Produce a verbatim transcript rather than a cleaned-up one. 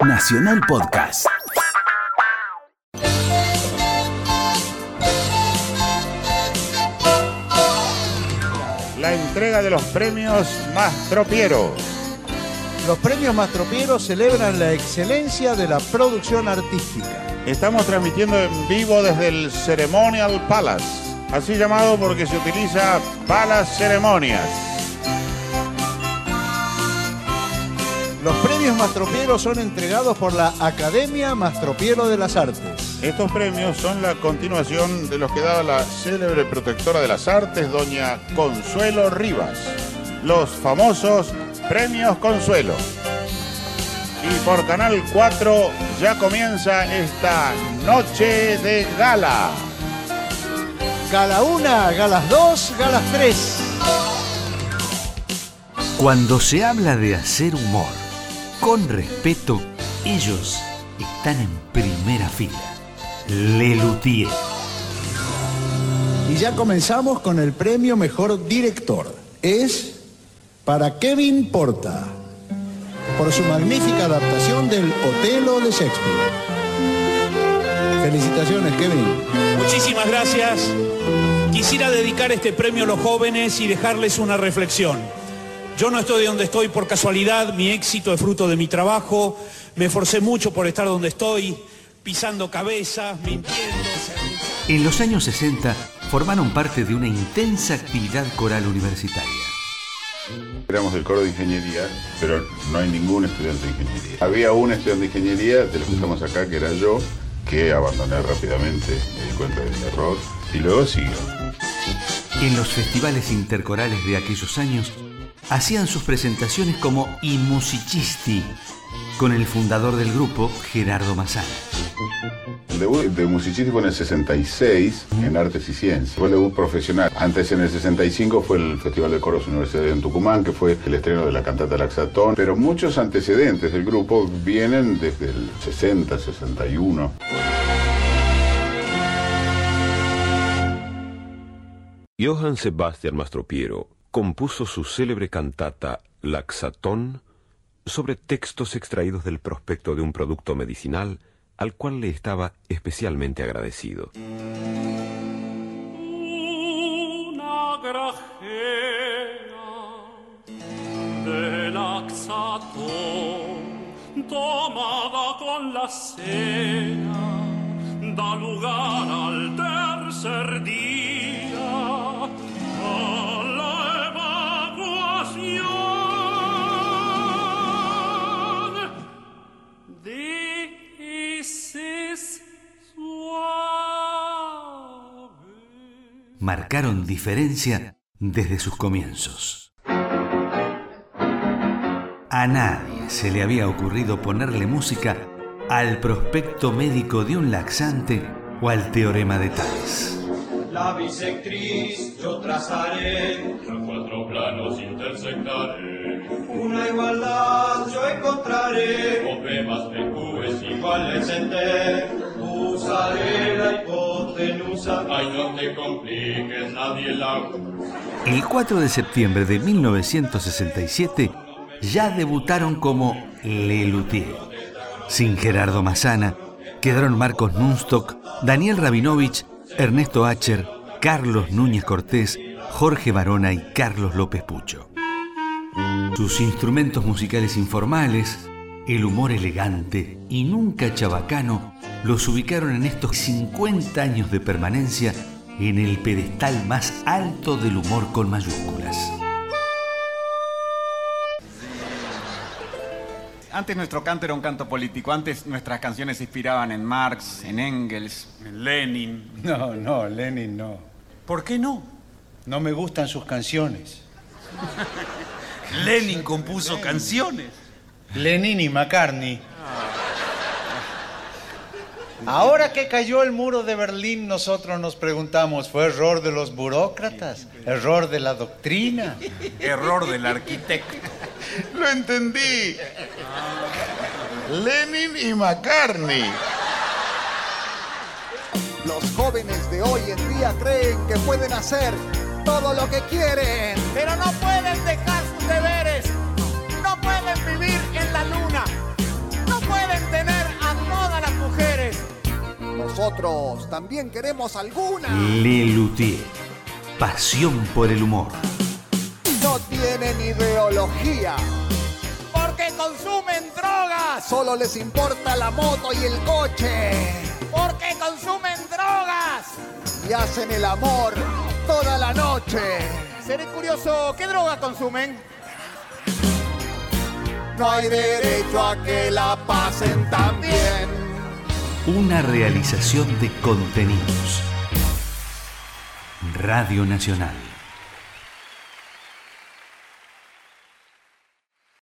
Nacional Podcast. La entrega de los premios Mastropiero. Los premios Mastropiero celebran la excelencia de la producción artística. Estamos transmitiendo en vivo desde el Ceremonial Palace, así llamado porque se utiliza para las ceremonias. Los premios Mastropiero son entregados por la Academia Mastropiero de las Artes. Estos premios son la continuación de los que daba la célebre protectora de las artes, doña Consuelo Rivas. Los famosos Premios Consuelo. Y por Canal cuatro ya comienza esta noche de gala. Gala una, galas dos, galas tres. Cuando se habla de hacer humor con respeto, ellos están en primera fila. Lelutier. Y ya comenzamos con el premio Mejor Director. Es para Kevin Porta, por su magnífica adaptación del Otelo de Shakespeare. Felicitaciones, Kevin. Muchísimas gracias. Quisiera dedicar este premio a los jóvenes y dejarles una reflexión. Yo no estoy donde estoy por casualidad, mi éxito es fruto de mi trabajo, me esforcé mucho por estar donde estoy, pisando cabezas, mintiendo. En los años sesenta formaron parte de una intensa actividad coral universitaria. Éramos del coro de ingeniería, pero no hay ningún estudiante de ingeniería. Había un estudiante de ingeniería, de los que estamos acá, que era yo, que abandoné rápidamente, me di cuenta de mi error, y luego siguió. En los festivales intercorales de aquellos años, hacían sus presentaciones como I Musicisti, con el fundador del grupo, Gerardo Massana. El debut de Musicisti fue en el sesenta y seis, en Artes y Ciencias. Fue el debut profesional. Antes, en el sesenta y cinco, fue el Festival de Coros Universitario en Tucumán, que fue el estreno de la cantata Laxatón. Pero muchos antecedentes del grupo vienen desde el sesenta, sesenta y uno. Johann Sebastian Mastropiero compuso su célebre cantata Laxatón sobre textos extraídos del prospecto de un producto medicinal al cual le estaba especialmente agradecido. Una grajea de Laxatón tomada con la cena da lugar al tercer día a la evacuación. Marcaron diferencia desde sus comienzos. A nadie se le había ocurrido ponerle música al prospecto médico de un laxante o al teorema de Tales. La bisectriz yo trazaré, los cuatro planos intersectaré, una igualdad yo encontraré, o B más B Q es iguales en T, usaré la hipotenusa. Ay, no te compliques, nadie la usa. El cuatro de septiembre de mil novecientos sesenta y siete ya debutaron como Lelutier. Sin Gerardo Massana, quedaron Marcos Nunstock, Daniel Rabinovich, Ernesto Acher, Carlos Núñez Cortés, Jorge Barona y Carlos López Pucho. Sus instrumentos musicales informales, el humor elegante y nunca chabacano los ubicaron en estos cincuenta años de permanencia en el pedestal más alto del humor con mayúsculas. Antes nuestro canto era un canto político. Antes nuestras canciones se inspiraban en Marx, en Engels, en Lenin. No, no, Lenin no. ¿Por qué no? No me gustan sus canciones. Lenin compuso Lenin. canciones. Lenin y McCartney. Ahora que cayó el muro de Berlín, nosotros nos preguntamos, ¿fue error de los burócratas? ¿Error de la doctrina? Error del arquitecto. Lo entendí. Lenin y McCartney. Los jóvenes de hoy en día creen que pueden hacer todo lo que quieren, pero no pueden dejar sus deberes, no pueden vivir en la luna, no pueden nosotros también queremos alguna. Lelutier, pasión por el humor. No tienen ideología, porque consumen drogas. Solo les importa la moto y el coche, porque consumen drogas. Y hacen el amor toda la noche. Seré curioso, ¿qué droga consumen? No hay derecho a que la pasen tan bien. Una realización de contenidos. Radio Nacional.